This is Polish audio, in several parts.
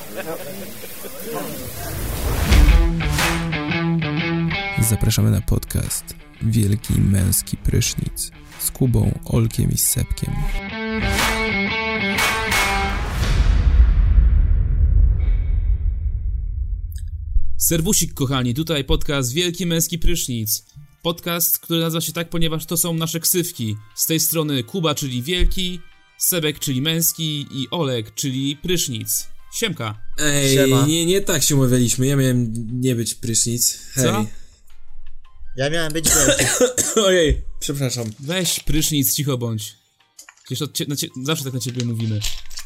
Zapraszamy na podcast Wielki Męski Prysznic z Kubą, Olkiem i Sepkiem. Serwusik kochani, tutaj podcast Wielki Męski Prysznic. Podcast, który nazywa się tak, ponieważ to są nasze ksywki. Z tej strony Kuba, czyli Wielki, Sebek, czyli Męski i Olek, czyli Prysznic. Siemka. Ej, Siema. nie tak się umawialiśmy, ja miałem nie być Prysznic. Hej. Co? Ja miałem być wielki. Ojej, przepraszam. Weź Prysznic, cicho bądź. Przecież zawsze tak na ciebie mówimy.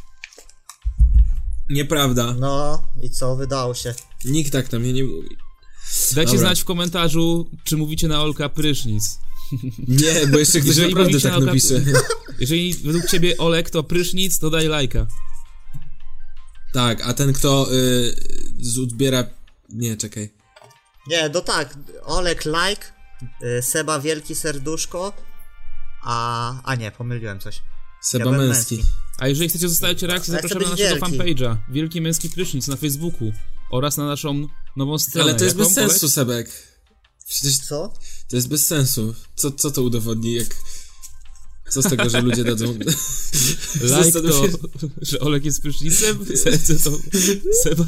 Nieprawda. No i co, wydało się. Nikt tak na mnie nie mówi. Dajcie Dobra. znać w komentarzu, czy mówicie na Olka Prysznic. Nie, bo jeszcze ktoś Jeżeli naprawdę mówicie tak na napisze. Jeżeli według ciebie Olek to Prysznic, to daj lajka. Tak, a ten kto zbiera... Nie, czekaj. Nie, no tak, Olek like, Seba wielki serduszko, a nie, pomyliłem coś. Seba Ja byłem Męski. A jeżeli chcecie zostawić reakcję, Ale chcę zapraszamy na być naszego wielki. fanpage'a Wielki Męski Prysznic na Facebooku oraz na naszą nową stronę. Ale to jest Jaką, bez sensu, Olek? Sebek. Przecież Co? to jest bez sensu. Co to udowodni, jak... Co z tego, że ludzie dadzą... Like Zastanów to, się, że Olek jest prysznicem, serce to Seba.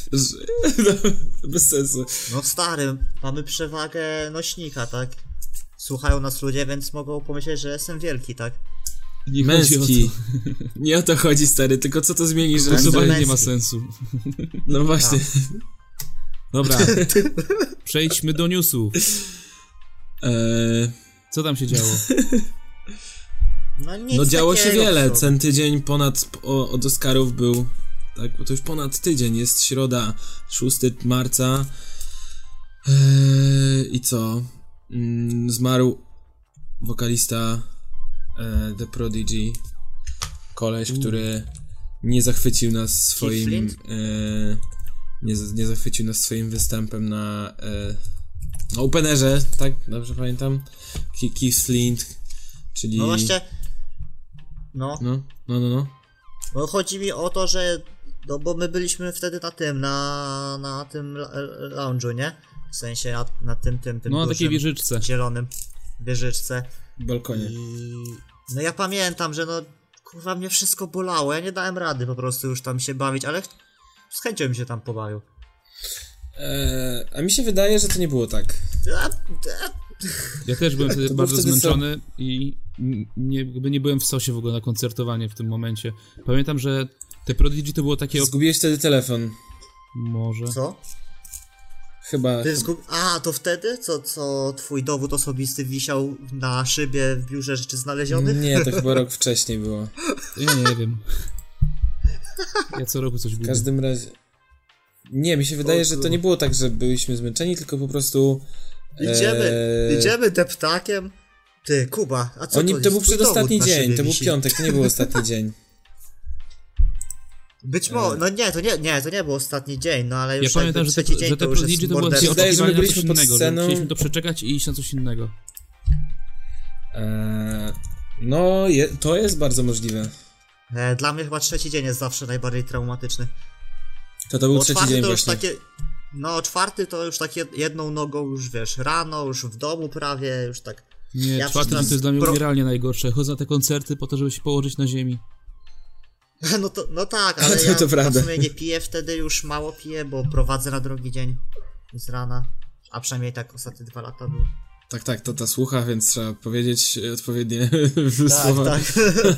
bez sensu. No stary, mamy przewagę nośnika, tak? Słuchają nas ludzie, więc mogą pomyśleć, że jestem wielki, tak? Nie chodzi Męski. o to. Nie o to chodzi, stary, tylko co to zmieni, że... Głosowanie nie ma męski. sensu. No właśnie. Dobra, przejdźmy do newsów. Co tam się działo? No nic No działo się takiego, wiele, co? ten tydzień od Oscarów był, tak, bo to już ponad tydzień, jest środa, 6 marca. I co? Zmarł wokalista The Prodigy, koleś, który nie zachwycił nas swoim Flint? nie zachwycił nas swoim występem na openerze, tak? Dobrze pamiętam? Keith Flint, czyli... No właśnie, no, No. chodzi mi o to, że, no bo my byliśmy wtedy na tym lounge'u, nie? W sensie na tym No na takiej dużym, wieżyczce. zielonym wieżyczce. Balkonie. I no ja pamiętam, że no kurwa mnie wszystko bolało, ja nie dałem rady po prostu już tam się bawić, ale z chęcią bym się tam pobawił. A mi się wydaje, że to nie było tak. Ja też byłem wtedy To bardzo było wtedy zmęczony i nie byłem w sosie w ogóle na koncertowanie w tym momencie. Pamiętam, że te Prodigy to było takie... Zgubiłeś wtedy telefon. Może... Co? Chyba. A, to wtedy? Co twój dowód osobisty wisiał na szybie w biurze rzeczy znalezionych? Nie, to chyba rok wcześniej było. Ja nie wiem. Ja co roku coś W gubię. każdym razie... Nie, mi się wydaje, że to nie było tak, że byliśmy zmęczeni, tylko po prostu... Idziemy deptakiem. Ty, Kuba, a co To jest? był Twój przedostatni dowód na dzień, szybie to był wisi. piątek, to nie był ostatni dzień. Być może, no nie, to nie był ostatni dzień, no ale już Ja pamiętam, jakby że trzeci dzień te to już Prodigy jest to było takie morderstwo. Wydaje, że my oczekiwanie na coś byliśmy pod innego, że sceną. chcieliśmy to przeczekać i iść na coś innego. To jest bardzo możliwe. Dla mnie chyba trzeci dzień jest zawsze najbardziej traumatyczny. To był Bo trzeci czwarty dzień to już właśnie. takie, no czwarty to już takie jedną nogą już wiesz, rano, już w domu prawie, już tak. Nie, Ja czwarty przez dzień to jest dla mnie pro- umieralnie najgorsze. Chodzę na te koncerty po to, żeby się położyć na ziemi. No tak, ale To ja prawda. w sumie nie piję wtedy, już mało piję, bo prowadzę na drugi dzień z rana. A przynajmniej tak ostatnie 2 lata było. Tak, to ta słucha, więc trzeba powiedzieć odpowiednie słowa. Tak.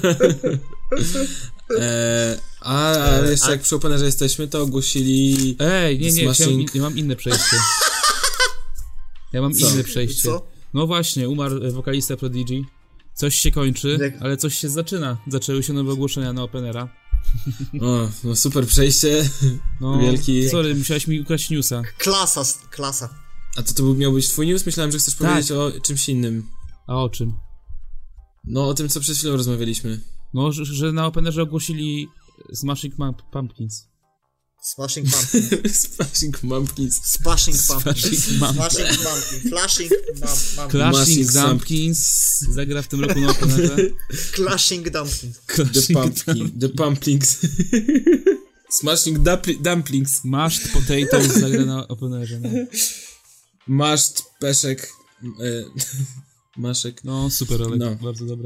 Ale jeszcze jak przy openerze jesteśmy, to ogłosili... Ej, nie, Smashing. ja mam inne przejście. Ja mam Co? inne przejście. Co? No właśnie, umarł wokalista Prodigy. Coś się kończy, ale coś się zaczyna. Zaczęły się nowe ogłoszenia na Openera. O, no super przejście. No, Wielki. Sorry, musiałeś mi ukraść newsa. Klasa. A to miał być twój news? Myślałem, że chcesz Tak. powiedzieć o czymś innym. A o czym? No, o tym, co przed chwilą rozmawialiśmy. No, że na Openerze ogłosili Smashing Pumpkins. Smashing Pumpkin. Smashing Pumpkins. Splashing Pumpkin. Smashing Pumpkin. Smashing Pumpkin. Flashing Pumpkin. Clashing Smashing Pumpkins zagra w tym roku na Openerze. Clashing Dumpkin. The Pumpkins. Smashing dumplings. Mashed potatoes zagra na openerze, no. Mashed peszek. Maszek. No, super, ale No. bardzo dobre.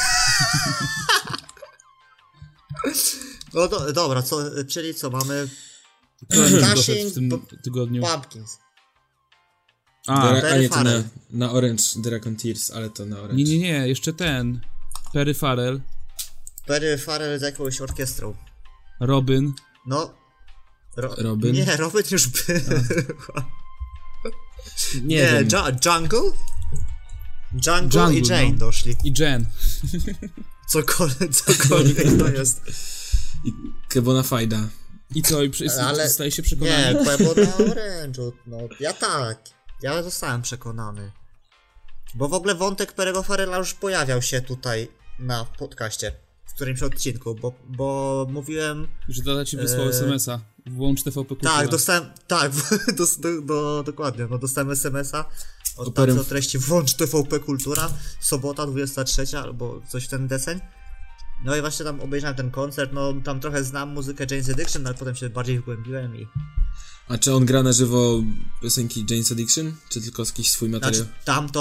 No dobra, czyli co, mamy W tym tygodniu. Pumpkins. A, nie, to Farrell. na Orange Dragon Tears, ale to na Orange. nie, jeszcze ten. Perry Farrell, Perry Farrell z jakąś orkiestrą. Robin. No. Robin? Nie, Robin już był. Nie Nie, wiem. Jungle i Jane no. doszli. I Jen. Cokolwiek to jest. I Kebona Fajda. I co? Ale- Zostaje się przekonany? Nie, bo na Orange'u, no ja zostałem przekonany. Bo w ogóle wątek Perry'ego Farrella już pojawiał się tutaj na podcaście, w którymś odcinku, bo mówiłem... Że Dada ci wysłał SMS-a. Włącz TVP Kultura. Tak, dostałem, dokładnie, no dostałem SMS-a od Perry- o treści włącz TVP Kultura, sobota 23 albo coś w ten deseń. No i właśnie tam obejrzałem ten koncert, no tam trochę znam muzykę Jane's Addiction, ale potem się bardziej wgłębiłem i... A czy on gra na żywo piosenki Jane's Addiction? Czy tylko jakiś swój materiał? Znaczy,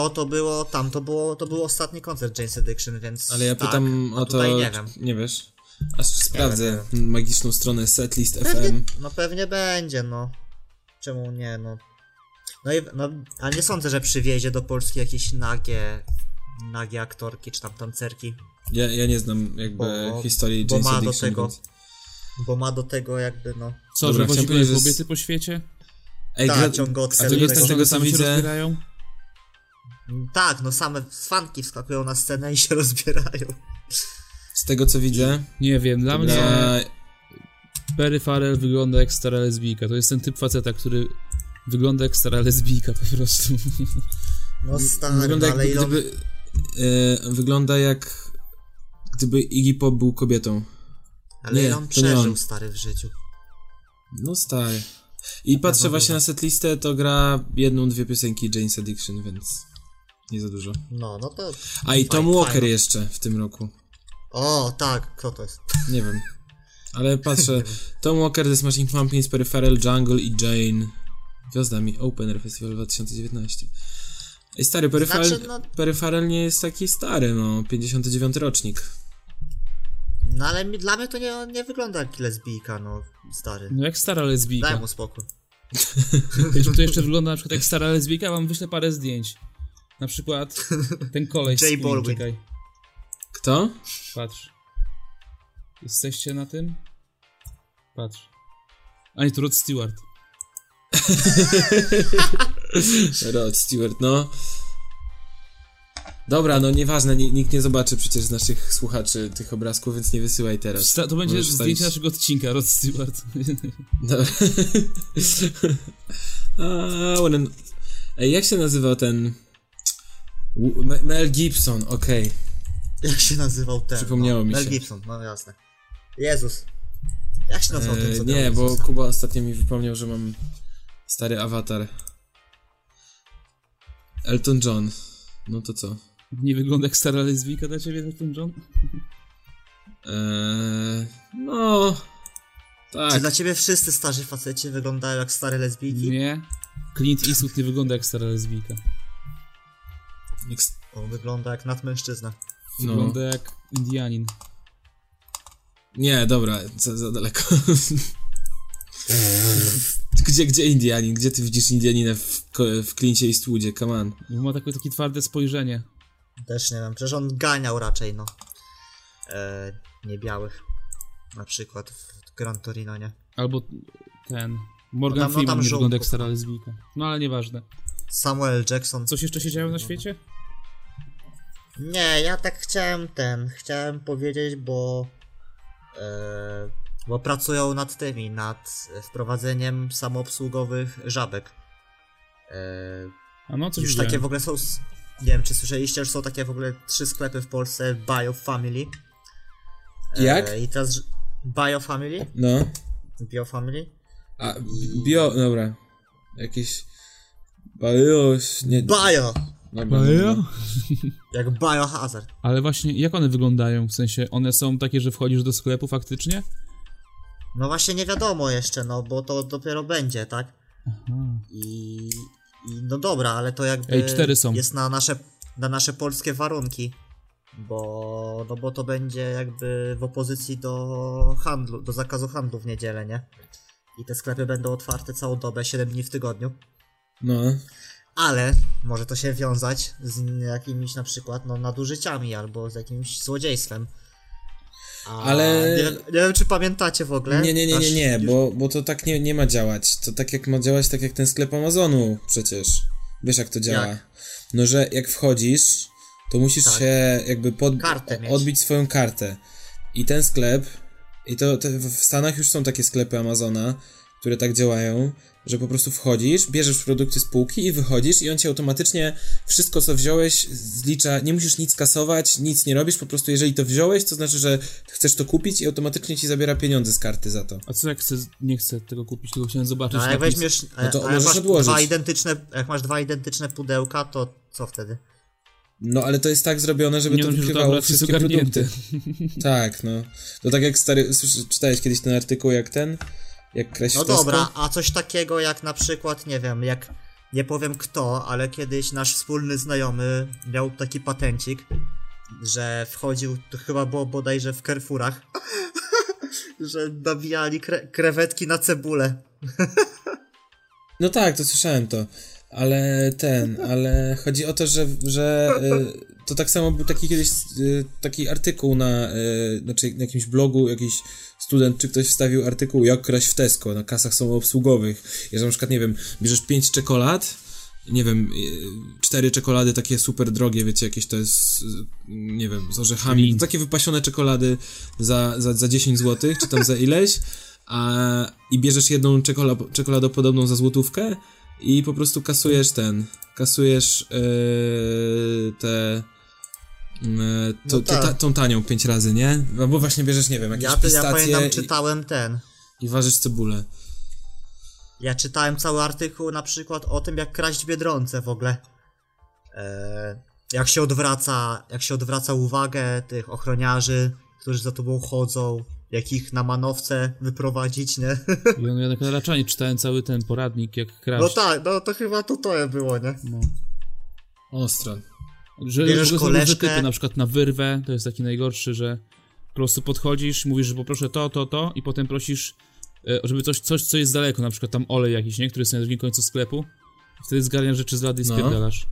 to był ostatni koncert Jane's Addiction, więc... Ale ja tak, pytam o to, tutaj nie wiem. nie wiesz? Aż sprawdzę wiem. magiczną stronę Setlist Pewnie, FM. no pewnie będzie, no. Czemu nie, no. Ale nie sądzę, że przywiezie do Polski jakieś nagie aktorki, czy tam tancerki, Ja nie znam jakby historii bo Jane's ma do Addiction, tego, więc... bo ma do tego jakby, no... Co, Dobra, że wozi chciałem powiedzieć, że kobiety po świecie? Ej, Tak, ciągotkę. a To to nie jest jest z tego, co same się widzę... rozbierają? Tak, no same fanki wskakują na scenę i się rozbierają. Z tego, co widzę... Nie wiem, dla mnie gra- Perry Farrell wygląda jak stara lesbijka. To jest ten typ faceta, który wygląda jak stara lesbijka po prostu. No stary, Wygląda ale jak gdyby... wygląda jak... Gdyby Iggy Pop był kobietą. ale nie, ile on to nie przeżył, on. stary, w życiu. No stary. I patrzę właśnie na setlistę, to gra 1-2 piosenki Jane's Addiction, więc nie za dużo. No to... A i Tom Fajno. Walker jeszcze w tym roku. O, tak, kto to jest? Nie wiem. Ale patrzę. Tom Walker, The Smashing Pumpkins, Perry Farrell, Jungle i Jane. Gwiazdami Open Air Festival 2019. Ej stary, Perry Farrell nie jest taki stary, no. 59 rocznik. No ale dla mnie to nie wygląda jak lesbijka, no, stary. No jak stara lesbijka. Daj mu spokój. Wiesz, to jeszcze wygląda na przykład jak stara lesbijka, wam wyślę parę zdjęć. Na przykład ten koleś Jay z Queen, Baldwin. czekaj. Kto? Patrz. Jesteście na tym? Patrz. A nie, to Rod Stewart. Rod Stewart, no. Dobra, no nieważne, nikt nie zobaczy przecież z naszych słuchaczy tych obrazków, więc nie wysyłaj teraz. To będzie Możesz zdjęcie wstawić. naszego odcinka, Rod Stewart. Dobra. Ej, jak się nazywał ten... Mel Gibson, okej. Jak się nazywał ten? Przypomniało mi Mel się. Gibson, no jasne. Jezus. Jak się nazywał ten, co Nie, grał bo Jezusa? Kuba ostatnio mi wypomniał, że mam stary awatar. Elton John. No to co? Nie wygląda jak stara lesbijka dla ciebie, ten John? No... Tak. Czy dla ciebie wszyscy starzy faceci wyglądają jak stare lesbijki? Nie. Clint Eastwood nie wygląda jak stara lesbijka. On wygląda jak nadmężczyzna. No. Wygląda jak Indianin. Nie, dobra, za daleko. Gdzie Indianin? Gdzie ty widzisz Indianina w Clincie Eastwoodzie? Come on. Bo ma takie twarde spojrzenie. Też nie wiem, przecież on ganiał raczej, no. Niebiałych. Na przykład w Gran Torino, nie? Albo ten... Morgan No tam Freeman nie żółtków, wygląda jak stara lesbijka. No ale nieważne. Samuel Jackson. Coś jeszcze się działo na świecie? Nie, ja tak chciałem powiedzieć, bo pracują nad tymi, nad wprowadzeniem samoobsługowych żabek. A no, coś Już widziałem. takie w ogóle są, nie wiem czy słyszeliście, że są takie w ogóle 3 sklepy w Polsce, Biofamily. Jak? I teraz Biofamily? No. Biofamily? A, dobra. Jakieś... Nie... Bio! Dobra, Bio? Jak Biohazard. Ale właśnie, jak one wyglądają? W sensie, one są takie, że wchodzisz do sklepu faktycznie? No właśnie nie wiadomo jeszcze, no bo to dopiero będzie, tak? Aha. I no dobra, ale to jakby Ej, 4 są. jest na nasze polskie warunki. Bo to będzie jakby w opozycji do handlu, do zakazu handlu w niedzielę, nie? I te sklepy będą otwarte całą dobę, 7 dni w tygodniu. No. Ale może to się wiązać z jakimiś na przykład nadużyciami albo z jakimś złodziejstwem. Ale... Nie wiem, czy pamiętacie w ogóle. Nie, bo to tak nie ma działać. To tak jak ma działać, tak jak ten sklep Amazonu przecież. Wiesz jak to działa. Jak? No, że jak wchodzisz, to musisz się jakby odbić swoją kartę. I ten sklep, i to w Stanach już są takie sklepy Amazona, które tak działają, że po prostu wchodzisz, bierzesz produkty z półki i wychodzisz i on ci automatycznie wszystko, co wziąłeś, zlicza, nie musisz nic kasować, nic nie robisz, po prostu jeżeli to wziąłeś, to znaczy, że chcesz to kupić i automatycznie ci zabiera pieniądze z karty za to. A co jak nie chcę tego kupić, tylko chciałem zobaczyć. A jak weźmiesz, no to możesz odłożyć. Jak masz 2 identyczne pudełka, to co wtedy? No, ale to jest tak zrobione, żeby to wykrywało wszystkie produkty. Tak, no. To tak jak czytałeś kiedyś ten artykuł, jak kraść No w Tesco? dobra, a coś takiego jak na przykład, nie wiem, jak nie powiem kto, ale kiedyś nasz wspólny znajomy miał taki patencik, że wchodził, to chyba było bodajże w Carrefourach, że nabijali krewetki na cebulę. No tak, to słyszałem to. Ale chodzi o to, że to tak samo był taki kiedyś taki artykuł na jakimś blogu, jakiś student czy ktoś wstawił artykuł, jak kraść w Tesco na kasach samoobsługowych. Ja, że na przykład, nie wiem, bierzesz 5 czekolad, nie wiem, 4 czekolady takie super drogie, wiecie, jakieś to jest, nie wiem, z orzechami, takie wypasione czekolady za 10 zł, czy tam za ileś, i bierzesz jedną czekoladopodobną za złotówkę i po prostu kasujesz tą tanią 5 razy, nie? Albo właśnie bierzesz, nie wiem, jakieś pistacje. Ja pamiętam, czytałem i ważysz cebulę. Ja czytałem cały artykuł na przykład o tym, jak kraść w Biedronce w ogóle. Jak się odwraca uwagę tych ochroniarzy, którzy za tobą chodzą, jak ich na manowce wyprowadzić, nie? Ja na Kanalaczanie czytałem cały ten poradnik, jak kraść. No tak, no to chyba to było, nie? No. Ostro. Bierzesz koleżkę, typy, na przykład na wyrwę, to jest taki najgorszy, że po prostu podchodzisz, mówisz, że poproszę to i potem prosisz, żeby coś, co jest daleko, na przykład tam olej jakiś, nie? Który jest na drugim końcu sklepu. Wtedy zgarniasz rzeczy z lady i spierdalasz.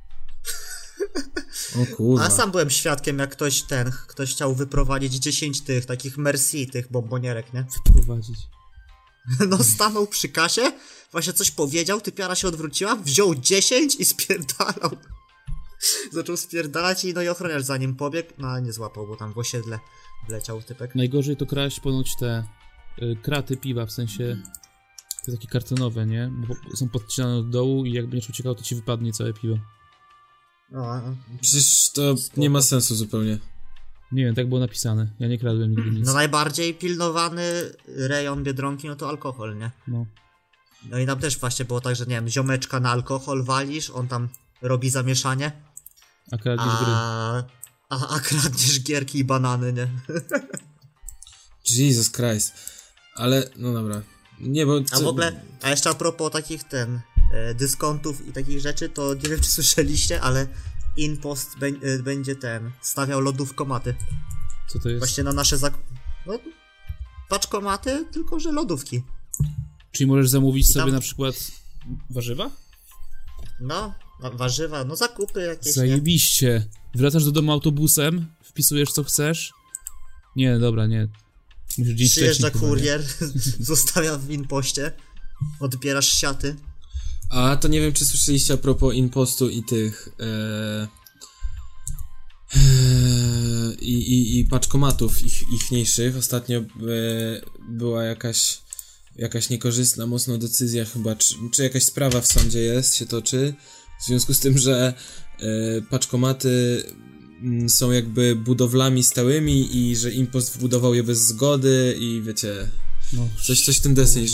O kurwa. A sam byłem świadkiem, jak ktoś chciał wyprowadzić 10 tych takich Merci, tych bombonierek, nie? Wyprowadzić. No stanął przy kasie, właśnie coś powiedział, typiara się odwróciła, wziął 10 i spierdalał. Zaczął spierdalać i ochroniarz za nim pobiegł, no ale nie złapał, bo tam w osiedle wleciał typek. Najgorzej to kraść ponoć te kraty piwa, w sensie te takie kartonowe, nie? Bo są podcinane od dołu i jak będziesz uciekał, to ci wypadnie całe piwo. No, przecież to nie ma sensu zupełnie. Nie wiem, tak było napisane. Ja nie kradłem nigdy nic. No najbardziej pilnowany rejon Biedronki, no to alkohol, nie? No. No i nam też właśnie było tak, że nie wiem, ziomeczka na alkohol walisz, on tam robi zamieszanie. A kradniesz gry. A kradniesz gierki i banany, nie? Jesus Christ. Ale, no dobra. Nie, bo... A w ogóle, a jeszcze a propos takich dyskontów i takich rzeczy, to nie wiem, czy słyszeliście, ale InPost będzie stawiał lodówkomaty. Co to jest? Właśnie na nasze no, paczkomaty, tylko że lodówki. Czyli możesz zamówić sobie na przykład warzywa? No, warzywa, no zakupy jakieś. Zajebiście. Nie? Wracasz do domu autobusem, wpisujesz co chcesz. Nie, dobra, nie. Musisz dzień przyjeżdża kurier, zostawia w InPoście, odbierasz siaty. A to nie wiem, czy słyszeliście a propos InPostu i tych i paczkomatów ichniejszych. Ostatnio była jakaś niekorzystna mocno decyzja chyba, czy jakaś sprawa w sądzie się toczy, w związku z tym, że paczkomaty są jakby budowlami stałymi i że InPost wbudował je bez zgody i wiecie, no, coś w tym deseń.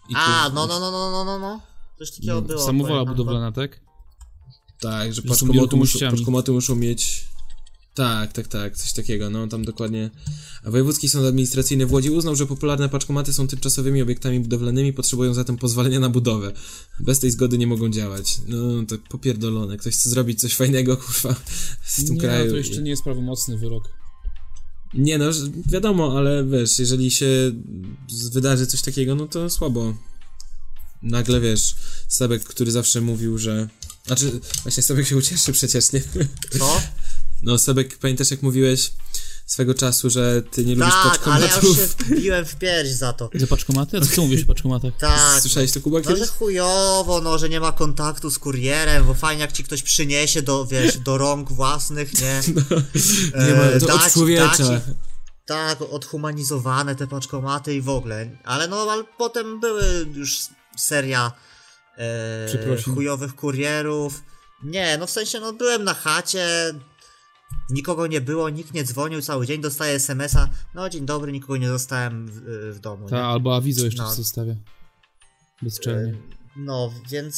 No. Coś takiego było. Samowola budowlana, tak? Tak, że paczkomaty muszą mieć... Tak, coś takiego, no tam dokładnie. A Wojewódzki Sąd Administracyjny w Łodzi uznał, że popularne paczkomaty są tymczasowymi obiektami budowlanymi, potrzebują zatem pozwolenia na budowę. Bez tej zgody nie mogą działać. No to popierdolone. Ktoś chce zrobić coś fajnego, kurwa, w tym kraju. Nie, to jeszcze nie jest prawomocny wyrok. Nie no, wiadomo, ale wiesz, jeżeli się wydarzy coś takiego, no to słabo. Nagle, wiesz, Sebek, który zawsze mówił, że... Znaczy, właśnie Sebek się ucieszy przecież, nie? Co? No, Sebek, pamiętasz jak mówiłeś swego czasu, że ty nie lubisz Tak, paczkomatów? ale ja już się biłem w pierś za to. Za paczkomaty? A co mówisz o paczkomatach? Tak. Słyszałeś to, Kuba, No, kiedyś? że chujowo, no, że nie ma kontaktu z kurierem, bo fajnie jak ci ktoś przyniesie do rąk własnych, nie? Nie ma, to od człowiecza. Tak, odhumanizowane te paczkomaty i w ogóle. Ale potem były już seria chujowych kurierów. Nie, no w sensie, no byłem na chacie, nikogo nie było, nikt nie dzwonił cały dzień, dostaję SMS-a, no dzień dobry, nikogo nie zostałem w domu. Tak, albo awizo jeszcze się zostawia. Bezczelnie. No,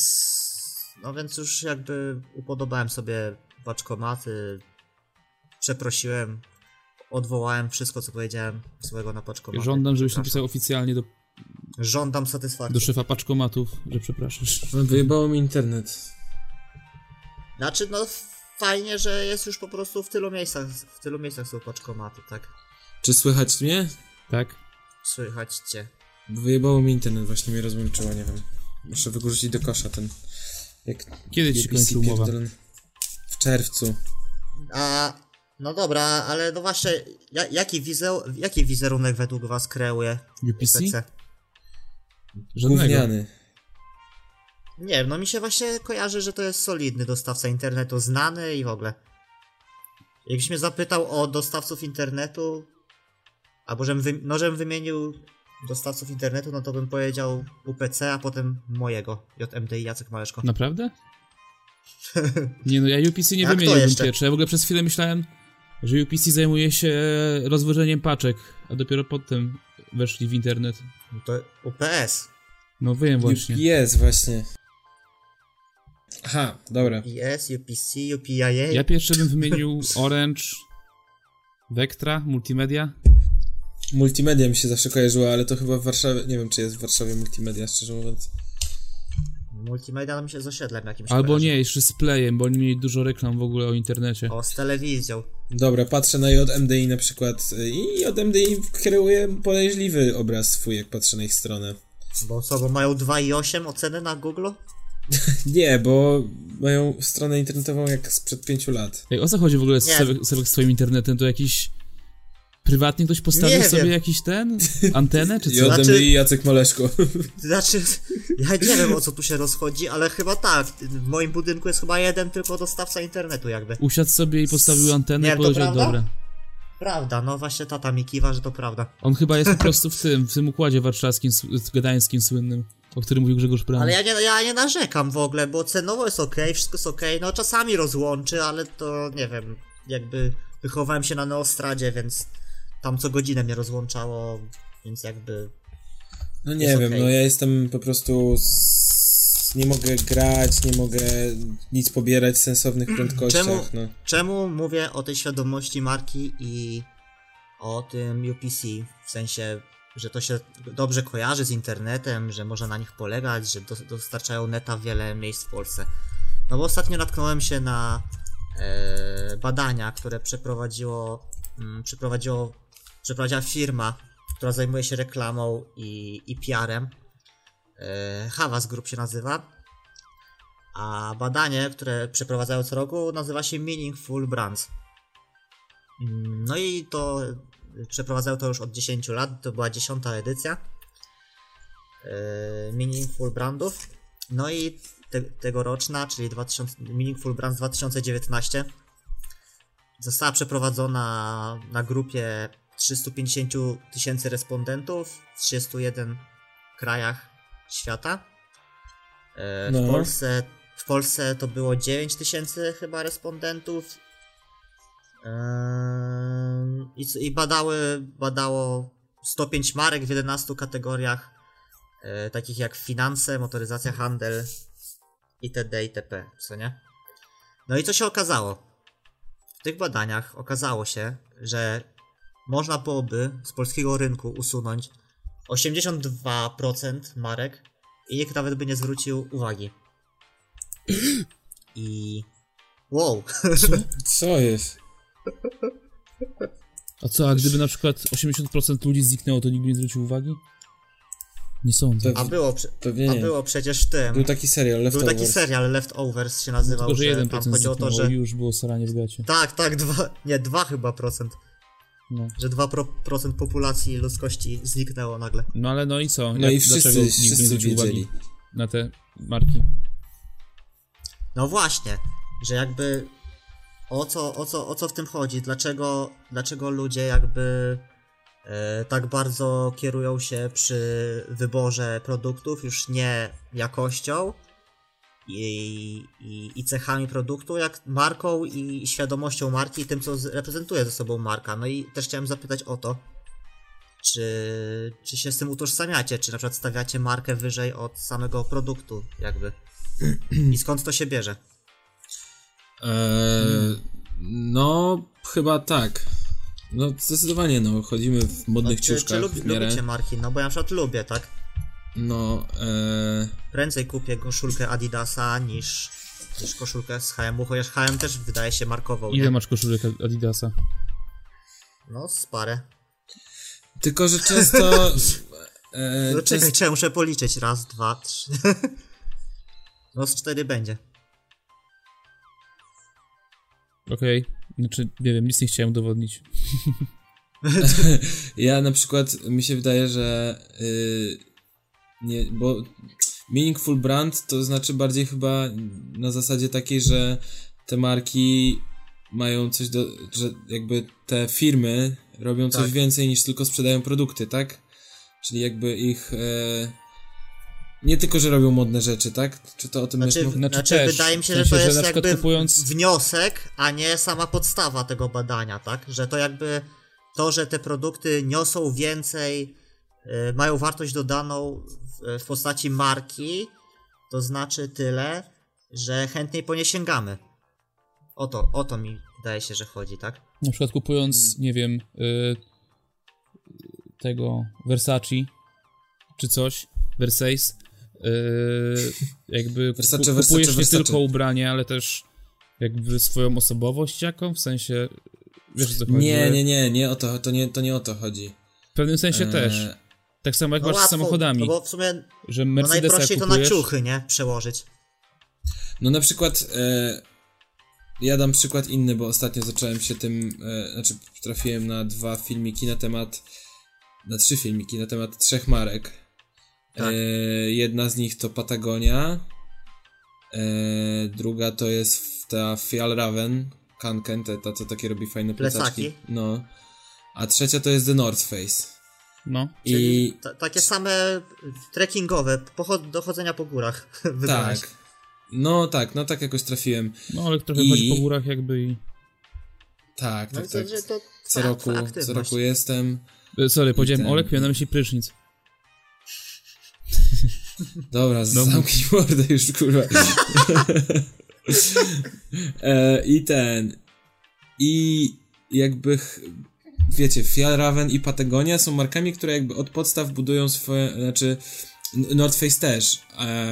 więc już jakby upodobałem sobie paczkomaty, przeprosiłem, odwołałem wszystko, co powiedziałem swojego na paczkomaty. Żądam, żebyś napisał oficjalnie Żądam satysfakcji. do szefa paczkomatów, że przepraszasz. Wyjebało mi internet. Znaczy, no fajnie, że jest już po prostu w tylu miejscach są paczkomaty, tak? Czy słychać mnie? Tak? Słychać cię. Wyjebało mi internet, właśnie mnie rozłączyło, nie wiem. Muszę wyrzucić do kosza ten... Kiedy ci się kończy umowa? W czerwcu. No dobra, ale no właśnie, jaki wizerunek według was kreuje UPC? PC? Żadnego. Gówniany. Nie wiem, no mi się właśnie kojarzy, że to jest solidny dostawca internetu, znany i w ogóle. Jakbyś mnie zapytał o dostawców internetu, albo żebym wymienił dostawców internetu, no to bym powiedział UPC, a potem mojego, JMDI Jacek Maleszko. Naprawdę? Nie no, ja UPC nie A kto wymieniłbym jeszcze? pierwszy. Ja w ogóle przez chwilę myślałem, że UPC zajmuje się rozwożeniem paczek, a dopiero potem weszli w internet. To UPS. No wiem właśnie. UPS właśnie. Aha, dobra. UPS, UPC, UPIA. Ja pierwszy bym wymienił Orange, Vectra, Multimedia. Multimedia mi się zawsze kojarzyła, ale to chyba w Warszawie, nie wiem czy jest w Warszawie Multimedia, szczerze mówiąc. Multimedia nam się z osiedlem jakimś Albo kojarzy. nie, jeszcze z Playem, bo oni mieli dużo reklam w ogóle o internecie. O, z telewizją. Dobra, patrzę na JMDI na przykład i JMDI kreuje podejrzliwy obraz swój, jak patrzę na ich stronę. Bo mają 2,8 oceny na Google? Nie, bo mają stronę internetową jak sprzed 5 lat. Ej, o co chodzi w ogóle Nie. z swoim internetem? To jakiś... Prywatnie ktoś postawił Nie sobie wiem. jakiś antenę, czy co? JMDI Jacek Maleszko. Znaczy, ja nie wiem o co tu się rozchodzi, ale chyba tak. W moim budynku jest chyba jeden tylko dostawca internetu jakby. Usiadł sobie i postawił antenę Nie, i to powiedział, prawda? dobra. Prawda, no właśnie tata mi kiwa, że to prawda. On chyba jest po prostu w tym układzie warszawskim, gdańskim słynnym, o którym mówił Grzegorz Braun. Ale ja nie narzekam w ogóle, bo cenowo jest okej, wszystko jest okej, no czasami rozłączy, ale to nie wiem, jakby wychowałem się na Neostradzie, więc tam co godzinę mnie rozłączało, więc jakby... No nie Jest wiem, okej. no ja jestem po prostu... Nie mogę grać, nie mogę nic pobierać w sensownych prędkościach, no. Czemu mówię o tej świadomości marki i o tym UPC? W sensie, że to się dobrze kojarzy z internetem, że można na nich polegać, że dostarczają neta w wiele miejsc w Polsce. No bo ostatnio natknąłem się na badania, które przeprowadziła firma, która zajmuje się reklamą i PR-em. Havas Group się nazywa. A badanie, które przeprowadzają co roku, nazywa się Meaningful Brands. No i to przeprowadzają to już od 10 lat, to była 10. edycja Meaningful Brandów. No i tegoroczna, czyli Meaningful Brands 2019 została przeprowadzona na grupie 350 000 respondentów w 31 krajach świata. W Polsce to było 9 000 chyba respondentów. I badało 105 marek w 11 kategoriach, takich jak finanse, motoryzacja, handel itd. itp. Co nie? No i co się okazało? w tych badaniach okazało się, że można byłoby z polskiego rynku usunąć 82% marek i nikt nawet by nie zwrócił uwagi. I... Wow. Co jest? A co, a gdyby na przykład 80% ludzi zniknęło, to nikt nie zwrócił uwagi? Nie sądzę. A było przecież tym. Był taki serial Leftovers. Był taki serial Leftovers się nazywał, tylko, że tam chodziło o to, że... już było saranie w gacie. Tak, 2 chyba procent. No. Że 2% populacji ludzkości zniknęło nagle. No ale no i co? No i dlaczego nikt nie zwrócił wiedzieli uwagi na te marki? No właśnie, że jakby o co w tym chodzi? Dlaczego ludzie jakby tak bardzo kierują się przy wyborze produktów już nie jakością i cechami produktu, jak marką i świadomością marki i tym, co reprezentuje ze sobą marka. No i też chciałem zapytać o to, czy się z tym utożsamiacie, czy na przykład stawiacie markę wyżej od samego produktu jakby i skąd to się bierze? No, chyba tak. No, zdecydowanie, no, chodzimy w modnych ciuszkach w miarę. Lubicie marki? No, bo ja na przykład lubię, tak? No, Prędzej kupię koszulkę Adidasa niż koszulkę z H&M-u, chociaż H&M też wydaje się markową. Ile nie? masz koszulek Adidasa? No, z parę. tylko, że często... No czekaj, ja muszę policzyć. 1, 2, 3. No, z 4 będzie. Okej. Znaczy, nie wiem, nic nie chciałem udowodnić. Ja na przykład, mi się wydaje, że nie, bo meaningful brand to znaczy bardziej chyba na zasadzie takiej, że te marki mają coś że jakby te firmy robią coś więcej niż tylko sprzedają produkty, tak? Czyli jakby ich nie tylko, że robią modne rzeczy, tak? Czy to o tym Znaczy też, wydaje mi się, w sensie, że to jest na jakby kupując... wniosek, a nie sama podstawa tego badania, tak? Że to jakby to, że te produkty niosą więcej, mają wartość dodaną w postaci marki, to znaczy tyle, że chętniej po nie sięgamy. O to mi wydaje się, że chodzi, tak? Na przykład kupując, nie wiem, tego Versace, czy coś, Versace, jakby kupujesz nie tylko ubranie, ale też jakby swoją osobowość jaką, w sensie, wiesz o co chodzi? Nie o to, to nie o to chodzi. W pewnym sensie też. Tak samo jak masz z samochodami. No bo w sumie że Mercedesa najprościej kupujesz, to na ciuchy, nie? Przełożyć. No na przykład ja dam przykład inny, bo ostatnio zacząłem się tym, trafiłem na 3 filmiki na temat 3 marek. Tak. Jedna z nich to Patagonia, druga to jest ta Fjallraven Kanken, ta co takie robi fajne plecaczki. No. A trzecia to jest The North Face. No. Czyli takie same trekkingowe, do chodzenia po górach. Tak. No tak jakoś trafiłem. No ale trochę chodzi po górach jakby i... Tak. To co roku jestem. Sorry, powiedziałem Olek, miałem na myśli prysznic. Dobra, zamknij mordę już, kurwa. I jakby wiecie, Fjallraven i Patagonia są markami, które jakby od podstaw budują swoje, znaczy North Face też.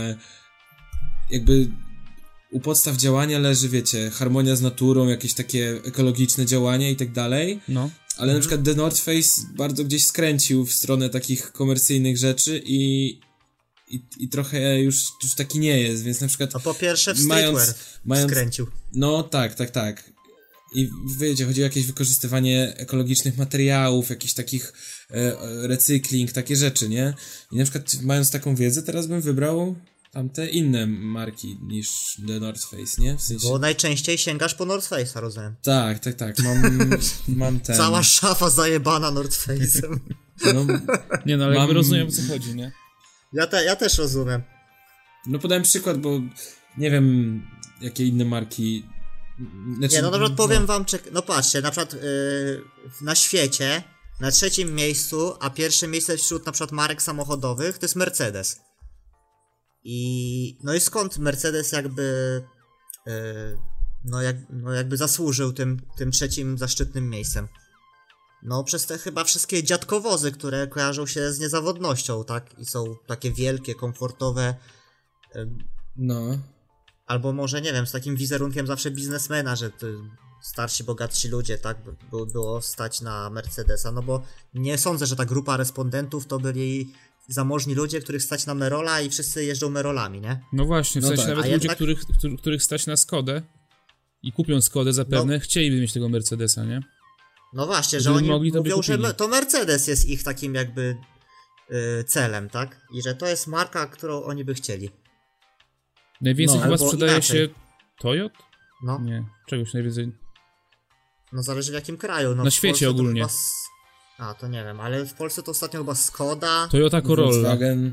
Jakby u podstaw działania leży, wiecie, harmonia z naturą, jakieś takie ekologiczne działania i tak dalej. No. Ale na przykład The North Face bardzo gdzieś skręcił w stronę takich komercyjnych rzeczy i trochę już taki nie jest, więc na przykład... A po pierwsze w streetwear skręcił. No tak. I wiecie, chodzi o jakieś wykorzystywanie ekologicznych materiałów, jakichś takich recykling, takie rzeczy, nie? I na przykład mając taką wiedzę, teraz bym wybrał tamte inne marki niż The North Face, nie? W sensie... Bo najczęściej sięgasz po North Face'a, rozumiem. Tak. Mam ten... Cała szafa zajebana North Face'em. No, nie no, ale jakby rozumiem, o co chodzi, nie? Ja też rozumiem. No podałem przykład, bo nie wiem, jakie inne marki... Znaczy, nie, no na przykład powiem wam, no patrzcie, na przykład na świecie na 3. miejscu, a pierwsze miejsce wśród na przykład marek samochodowych to jest Mercedes. No i skąd Mercedes jakby jakby zasłużył tym trzecim zaszczytnym miejscem. No przez te chyba wszystkie dziadkowozy, które kojarzą się z niezawodnością, tak? I są takie wielkie, komfortowe. No. Albo może, nie wiem, z takim wizerunkiem zawsze biznesmena, że starsi, bogatsi ludzie, tak? Było stać na Mercedesa, no bo nie sądzę, że ta grupa respondentów to byli zamożni ludzie, których stać na Merola i wszyscy jeżdżą Merolami, nie? No właśnie, w sensie tak. nawet A ludzie, jednak... których stać na Skodę i kupią Skodę zapewne, chcieliby mieć tego Mercedesa, nie? No właśnie, Gdyby że oni mogli, to by mówią, że kupili. to Mercedes jest ich takim jakby celem, tak? I że to jest marka, którą oni by chcieli. Najwięcej chyba albo sprzedaje inaczej. się Toyot? No, Nie, czegoś najwięcej. no zależy w jakim kraju. No, Na w świecie Polsce to ogólnie. chyba A, to nie wiem, ale w Polsce to ostatnio chyba Skoda. Toyota Corolla. Volkswagen.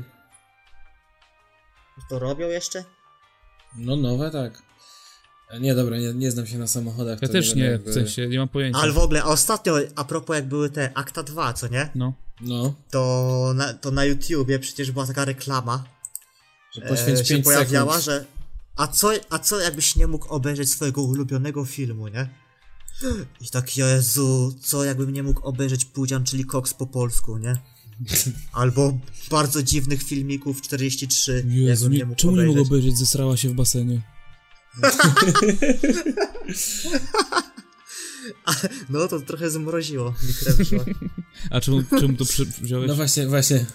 To robią jeszcze? No nowe, tak. Nie, dobra, nie znam się na samochodach. Ja to też wiem, nie, jakby... w sensie, nie mam pojęcia. Ale w ogóle, a ostatnio, a propos jak były te Acta 2, co nie? No. No, To na YouTubie przecież była taka reklama, że poświęć się 5 pojawiała, sekund. że a co jakbyś nie mógł obejrzeć swojego ulubionego filmu, nie? I tak, Jezu, co jakbym nie mógł obejrzeć Pudzian, czyli Koks po polsku, nie? Albo bardzo dziwnych filmików 43, Jezu, jakbym nie mógł czemu nie obejrzeć. mogło obejrzeć? Zesrała się w basenie. No to trochę zmroziło, mi krew wyszła. A czemu to wziąłeś? No właśnie.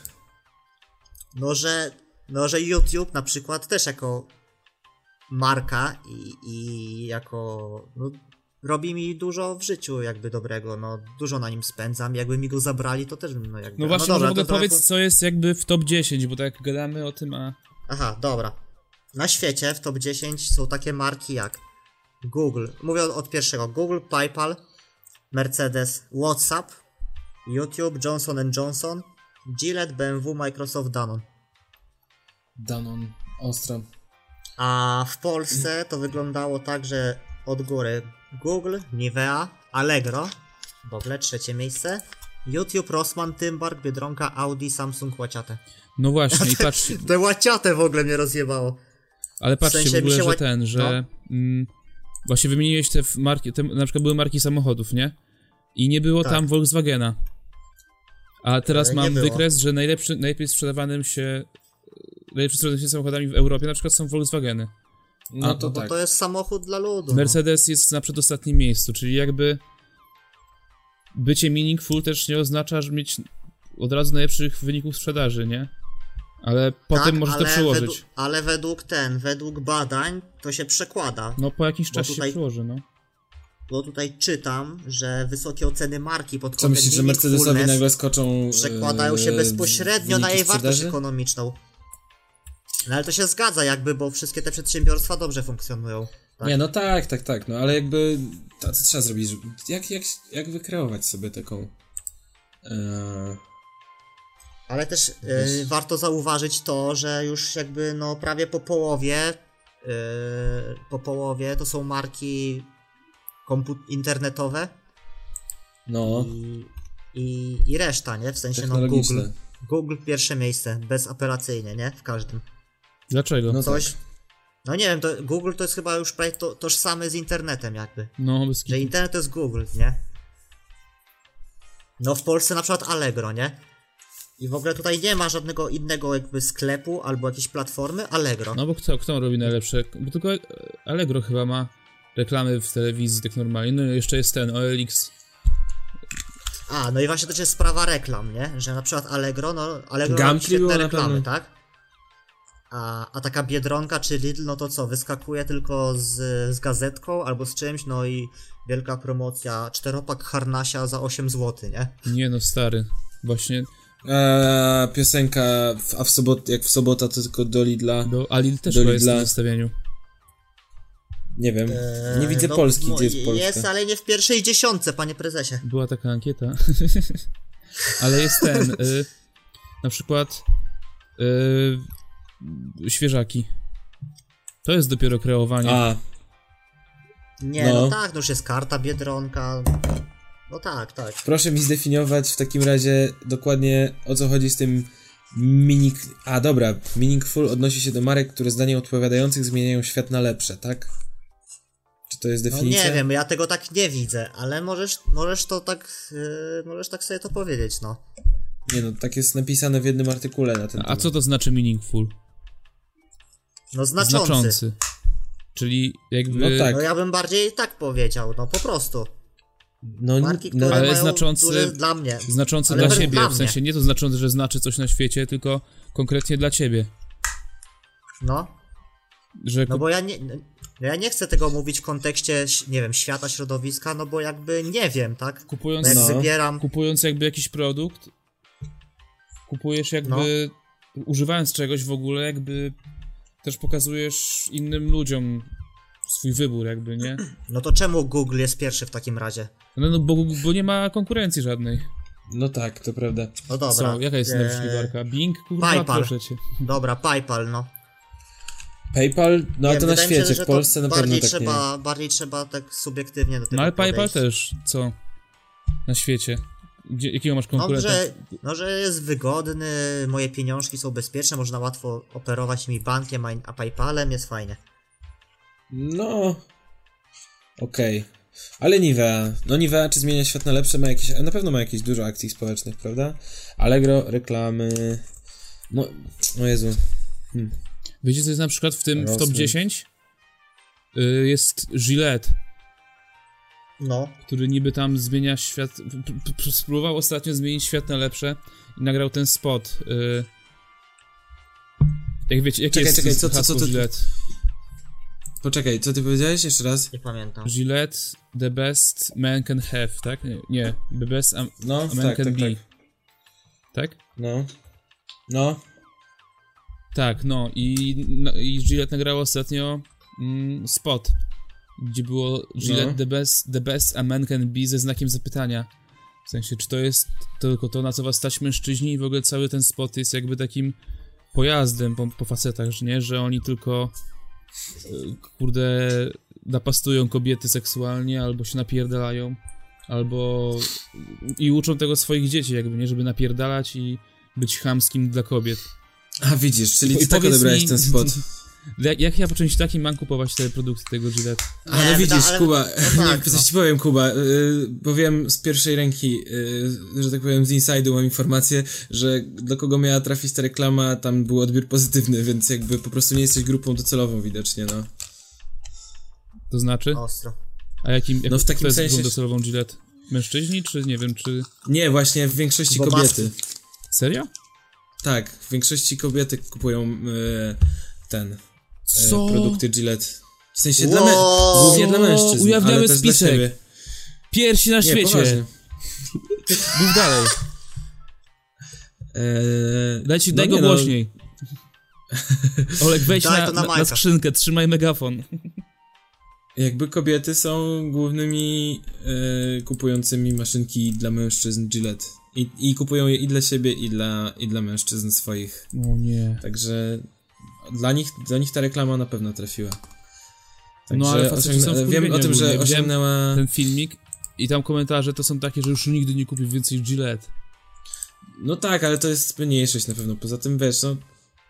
No, że YouTube na przykład też jako marka i jako... No, robi mi dużo w życiu jakby dobrego, no dużo na nim spędzam, jakby mi go zabrali, to też bym, no jakby... No właśnie, dobra, może mogę to powiedz, co jest jakby w top 10, bo tak gadamy o tym, a... Aha, dobra. Na świecie w top 10 są takie marki jak Google, mówię od pierwszego, Google, PayPal, Mercedes, WhatsApp, YouTube, Johnson & Johnson, Gillette, BMW, Microsoft, Danone. Danon, ostro. A w Polsce to wyglądało tak, że od góry Google, Nivea, Allegro, w ogóle trzecie miejsce, YouTube, Rossmann, Tymbark, Biedronka, Audi, Samsung, Łaciate. No właśnie, i patrzcie, Te Łaciate w ogóle mnie rozjebało. ale patrzcie w sensie w ogóle, mi się że właśnie wymieniłeś te marki, na przykład były marki samochodów, nie? I nie było Tak. tam Volkswagena. A teraz Nie mam było. wykres, że najlepiej sprzedawanym się samochodami w Europie na przykład są Volkswageny. No to Bo tak. to jest samochód dla ludu. Mercedes jest na przedostatnim miejscu, czyli jakby bycie meaningful też nie oznacza, że mieć od razu najlepszych wyników sprzedaży, nie? Ale potem może to przełożyć. Ale według badań to się przekłada. No po jakimś czasie tutaj- się przełoży, no. Bo tutaj czytam, że wysokie oceny marki pod Co kątem myślisz, że Mercedesowi meaningfulness nagle skoczą przekładają się bezpośrednio na jej wyniki wartość sprzedaży? ekonomiczną. No ale to się zgadza jakby, bo wszystkie te przedsiębiorstwa dobrze funkcjonują. Tak? Nie, no tak, no ale jakby to co trzeba zrobić? Jak wykreować sobie taką Ale też warto zauważyć to, że już jakby no prawie po połowie to są marki internetowe no i reszta, nie? W sensie no technologiczne. Google pierwsze miejsce, bezapelacyjnie, nie? W każdym. Dlaczego? No Coś. tak. No nie wiem, to Google to jest chyba już prawie tożsamy z internetem jakby. No, bez kitu. Że internet to jest Google, nie? No w Polsce na przykład Allegro, nie? I w ogóle tutaj nie ma żadnego innego jakby sklepu albo jakiejś platformy, Allegro. No bo kto robi najlepsze? Bo tylko Allegro chyba ma reklamy w telewizji tak normalnie. No i jeszcze jest ten OLX. A, no i właśnie to jest sprawa reklam, nie? Że na przykład Allegro robi Gumtree było świetne na reklamy, pewno. tak? A taka Biedronka czy Lidl, no to co? Wyskakuje tylko z gazetką albo z czymś, no i wielka promocja, 4-pak harnasia za 8 zł, nie? Nie no, stary. Właśnie Piosenka, jak w sobota to tylko do Lidla. a Lidl też Do chyba jest w Lidla. tym zestawieniu. Nie wiem, nie widzę no, Polski, gdzie jest Polska. Jest, ale nie w pierwszej dziesiątce, panie prezesie. Była taka ankieta. Ale jest na przykład świeżaki. To jest dopiero kreowanie. A, Nie, No. no tak, no już jest karta Biedronka. No tak. proszę mi zdefiniować w takim razie dokładnie o co chodzi z tym meaningful odnosi się do marek, które zdaniem odpowiadających zmieniają świat na lepsze, tak? Czy to jest No definicja? nie wiem, ja tego tak nie widzę, ale możesz to tak, możesz tak sobie to powiedzieć, no. Nie no, tak jest napisane w jednym artykule na ten A temat. co to znaczy meaningful? No znaczący. Czyli jakby... No tak. No ja bym bardziej tak powiedział, no po prostu. No, Marki, które ale mają znaczący- duże dla mnie. Znaczące Ale dla według siebie, dla w mnie. sensie nie to znaczące, że znaczy coś na świecie, tylko konkretnie dla ciebie. No, Że no bo ja nie chcę tego mówić w kontekście, nie wiem, świata, środowiska, no bo jakby nie wiem, tak? kupując, Jak No. wybieram, kupując jakby jakiś produkt, kupujesz jakby, używając czegoś w ogóle, jakby też pokazujesz innym ludziom swój wybór jakby, nie? no to czemu Google jest pierwszy w takim razie? No bo nie ma konkurencji żadnej. No tak, to prawda. No dobra. Co? Jaka jest wyszukiwarka? Bing? Kurwa, PayPal. proszę cię. Dobra, PayPal, no. PayPal, no Nie, ale to na wydaje mi się, świecie, że w Polsce to na pewno bardziej tak bardziej trzeba tak subiektywnie do tego No ale PayPal podejść. też, co? Na świecie. Jakiego masz konkurenta? że jest wygodny, moje pieniążki są bezpieczne, można łatwo operować mi bankiem, a PayPalem jest fajnie. nie. No... Okej. Ale Nivea. No Nivea, czy zmienia świat na lepsze? Na pewno ma jakieś dużo akcji społecznych, prawda? Allegro, reklamy... No, o Jezu. Wiecie, co jest na przykład w top Rosły. 10? Jest Gillette, No, który niby tam zmienia świat. Spróbował ostatnio zmienić świat na lepsze i nagrał ten spot. Jak wiecie, jakie jest Czekaj, hasło co Gillette? Poczekaj, co ty powiedziałeś jeszcze raz? nie pamiętam. Gillette, the best man can have, tak? Nie, the best No, a man tak, can tak, be. tak. Tak? No. No. Tak, no i Gillette nagrało ostatnio spot, gdzie było Gillette the best a man can be ze znakiem zapytania. W sensie, czy to jest tylko to, na co was stać mężczyźni i w ogóle cały ten spot jest jakby takim pojazdem po facetach, że nie? Że oni tylko kurde napastują kobiety seksualnie, albo się napierdalają, albo i uczą tego swoich dzieci jakby, nie? Żeby napierdalać i być chamskim dla kobiet. A widzisz, czyli ty I tak powiedz odebrałeś mi- ten spot. Jak ja po czymś takim mam kupować te produkty tego Gillette? A no Nie, widzisz, ale- Kuba, no tak, coś no. ci powiem, Kuba, powiem z pierwszej ręki, że tak powiem z inside'u mam informację, że do kogo miała trafić ta reklama, tam był odbiór pozytywny, więc jakby po prostu nie jesteś grupą docelową widocznie, no. To znaczy? Ostro. A jakim No w takim kto jest sensie- grupą docelową Gillette? Mężczyźni, czy nie wiem, czy... Nie, właśnie w większości Bo kobiety. Serio? Tak, w większości kobiety kupują Co? produkty Gillette. W sensie Wow. głównie dla mężczyzn, Ujawniamy ale też spisek. dla siebie. Piersi na Nie, świecie! poważnie. Mów dalej. Daj go nie, głośniej. Olek, wejdź Daj na, to na na Majka. skrzynkę, trzymaj megafon. Jakby kobiety są głównymi kupującymi maszynki dla mężczyzn Gillette. I kupują je i dla siebie, i dla mężczyzn swoich. O nie. Także dla nich ta reklama na pewno trafiła. Także No, ale faceci są wiem wkurwieni o tym, że ogólnie. Widziałem osiągnęła... Ten filmik i tam komentarze to są takie, że już nigdy nie kupię więcej Gillette. No tak, ale to jest mniejszość na pewno. Poza tym, wiesz, no...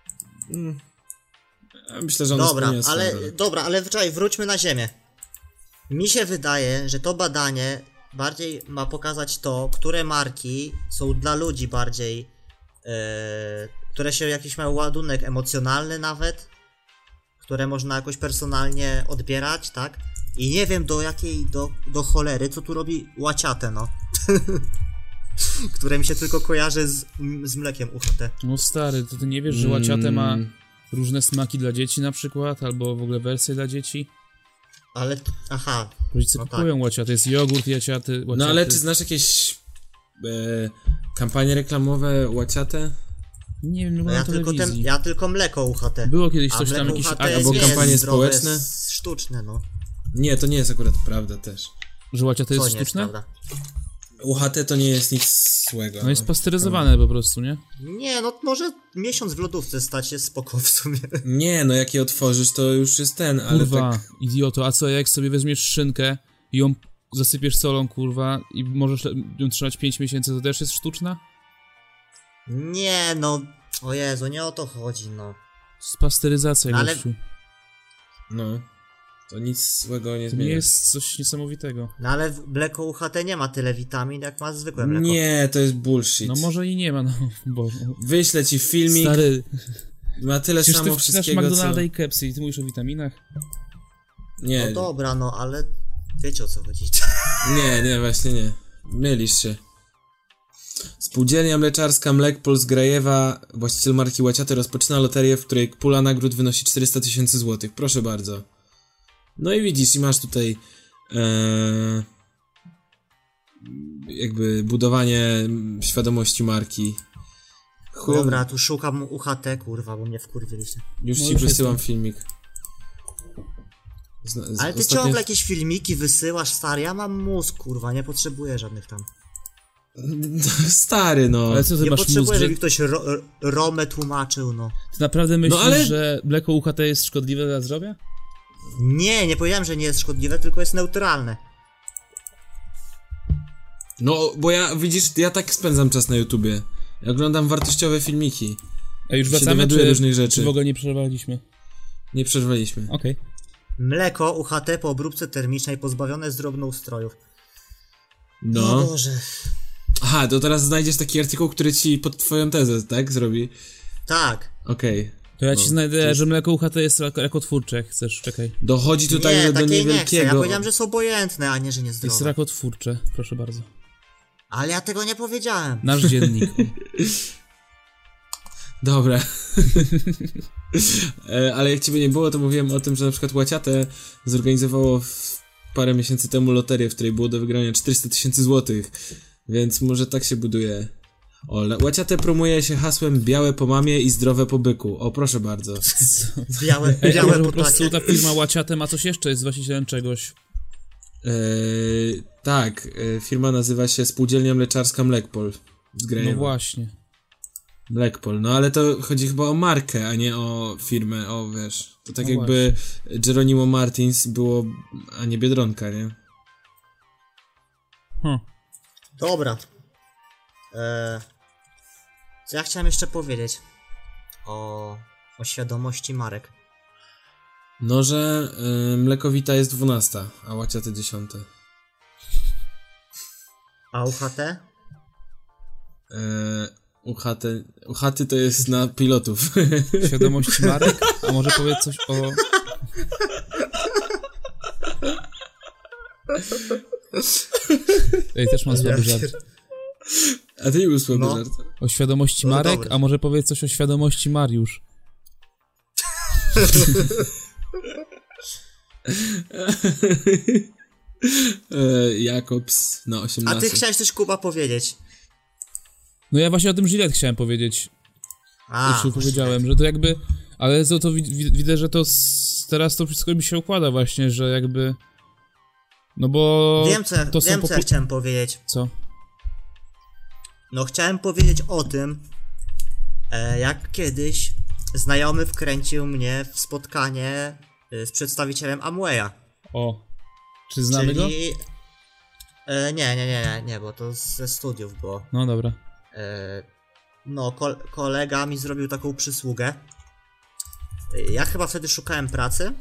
Ja myślę, że ona spełniła swoją rolę. Ale czekaj, wróćmy na ziemię. Mi się wydaje, że to badanie bardziej ma pokazać to, które marki są dla ludzi bardziej, które się jakiś mają ładunek emocjonalny nawet, które można jakoś personalnie odbierać, tak? I nie wiem do cholery, co tu robi łaciate, no. Które mi się tylko kojarzy z mlekiem UHT. No stary, to ty nie wiesz, że łaciate ma różne smaki dla dzieci na przykład, albo w ogóle wersje dla dzieci? Ale, aha. Rodzice No kupują łaciate, jest jogurt łaciaty. No ale czy znasz jakieś kampanie reklamowe łaciate? Nie wiem, nie No mam telewizji. ja tylko mleko UHT. Było kiedyś A coś tam, mleko jakiś UHT albo nie jest kampanie zdrowe, społeczne? jest sztuczne, no. Nie, to nie jest akurat prawda też. że łaciate jest Co nie jest sztuczne? prawda? UHT to nie jest nic złego. No jest pasteryzowane po prostu, nie? Nie, no może miesiąc w lodówce stać jest spoko w sumie. Nie, no jak je otworzysz, to już jest ten, ale Kurwa, tak... idioto, a co jak sobie weźmiesz szynkę i ją zasypiesz solą, kurwa, i możesz ją trzymać 5 miesięcy, to też jest sztuczna? Nie, no. O Jezu, nie o to chodzi, no. Z pasteryzacja, Ale- gościu. No. To nic złego nie To zmienia. nie jest coś niesamowitego. No ale mleko UHT nie ma tyle witamin, jak ma zwykłe mleko. Nie, to jest bullshit. No może i nie ma, no bo... Wyślę ci filmik, Stary, ma tyle przecież ty samo wcinasz wszystkiego, McDonalda co... i Kepsy i ty mówisz o witaminach? Nie, No dobra, no ale wiecie o co chodzi. nie, właśnie nie. Mylisz się. Spółdzielnia mleczarska Mlekpol z Grajewa, właściciel marki Łaciaty, rozpoczyna loterię, w której pula nagród wynosi 400 000 złotych. Proszę bardzo. No i widzisz, i masz tutaj jakby budowanie świadomości marki. Dobra, tu szukam UHT, kurwa, bo mnie wkurwiliście. Już No ci już wysyłam jestem. filmik. Ale ty ciągle jakieś filmiki wysyłasz, stary, ja mam mózg, kurwa, nie potrzebuję żadnych tam. Stary, no. Ale co ty Nie masz mózg, potrzebuję, że żeby ktoś Romę tłumaczył, no. ty naprawdę myślisz, ale- że mleko UHT jest szkodliwe dla zdrowia? Nie powiedziałem, że nie jest szkodliwe, tylko jest neutralne. No, bo widzisz, ja tak spędzam czas na YouTubie. Ja oglądam wartościowe filmiki. A już Się wracamy, dowiaduję różnych rzeczy. czy w ogóle nie przerwaliśmy? Nie przerwaliśmy. Okej. Mleko UHT po obróbce termicznej pozbawione z drobnoustrojów. No. Boże. Aha, to teraz znajdziesz taki artykuł, który ci pod twoją tezę, tak? Zrobi? Tak. Okej. To ja ci No, znajdę, to jest- że mleko UHT jest rakotwórcze, jak chcesz, czekaj. Dochodzi tutaj Nie, do takiej nie chcę, niewielkiego... ja powiedziałem, że jest obojętne, a nie, że Jest niezdrowe. rakotwórcze, proszę bardzo. Ale ja tego nie powiedziałem. Nasz dziennik. Dobra. Ale jak ciebie nie było, to mówiłem o tym, że na przykład Łaciate zorganizowało parę miesięcy temu loterię, w której było do wygrania 400 000 złotych. Więc może tak się buduje. O, Łaciate promuje się hasłem białe po mamie i zdrowe po byku. O, proszę bardzo. Białe, Ej, białe ale po prostu potacie. ta firma Łaciate ma coś jeszcze, jest właścicielem czegoś. Tak, firma nazywa się Spółdzielnia Mleczarska Mlekpol z Grajewa. No właśnie. Mlekpol, no ale to chodzi chyba o markę, a nie o firmę, o wiesz. To tak No jakby Geronimo Martins było, a nie Biedronka, nie? Dobra. Co ja chciałem jeszcze powiedzieć o świadomości marek. No, że Mlekowita jest 12, a Łaciaty 10. A UHT? UHT to jest na pilotów. Świadomość marek? A może powiedz coś o... Ej, też mam słaby żart. A to nie był słaby No. żart. O świadomości No marek? dobra. A może powiedz coś o świadomości Mariusz? Jakobs na 18. A ty chciałeś coś, Kuba, powiedzieć. No ja właśnie o tym Gillette chciałem powiedzieć. A, Już powiedziałem, że to jakby... Ale to widzę, że to teraz to wszystko mi się układa właśnie, że jakby... No bo... Wiem, co ja chciałem powiedzieć. Co? No, chciałem powiedzieć o tym, jak kiedyś znajomy wkręcił mnie w spotkanie z przedstawicielem Amwaya. O. Czy znamy go? Nie, bo to ze studiów było. No dobra. No, kolega mi zrobił taką przysługę. Ja chyba wtedy szukałem pracy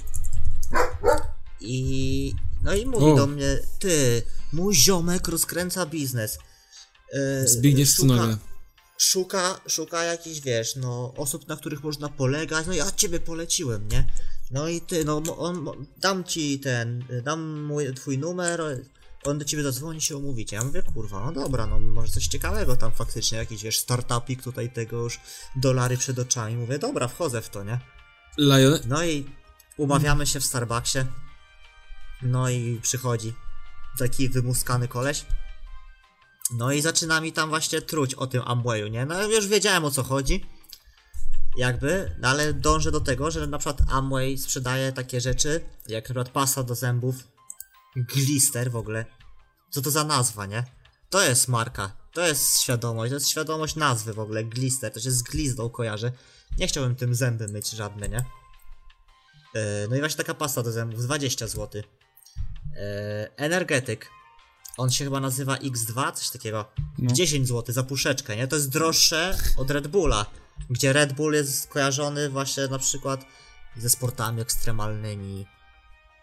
i mówi do mnie: ty, mój ziomek rozkręca biznes. Zbigniew Cunoga. Szuka jakichś, wiesz, no, osób, na których można polegać. No ja ciebie poleciłem, nie? No i ty, no dam twój numer, on do ciebie zadzwoni, się umówicie. Ja mówię, kurwa, no dobra, no może coś ciekawego tam faktycznie, jakiś, wiesz, startupik tutaj tego już, dolary przed oczami. Mówię, dobra, wchodzę w to, nie? Lion... No i umawiamy się w Starbucksie. No i przychodzi taki wymuskany koleś. No i zaczyna mi tam właśnie truć o tym Amwayu, nie? No już wiedziałem, o co chodzi. Jakby, no ale dążę do tego, że na przykład Amway sprzedaje takie rzeczy, jak na przykład pasta do zębów, Glister w ogóle. Co to za nazwa, nie? To jest marka, to jest świadomość nazwy w ogóle, Glister, to się z glizdą kojarzy. Nie chciałbym tym zęby myć żadne, nie? No i właśnie taka pasta do zębów, 20 zł. Energetyk. On się chyba nazywa X2, coś takiego. No. 10 zł za puszeczkę, nie? To jest droższe od Red Bulla. Gdzie Red Bull jest kojarzony właśnie na przykład ze sportami ekstremalnymi.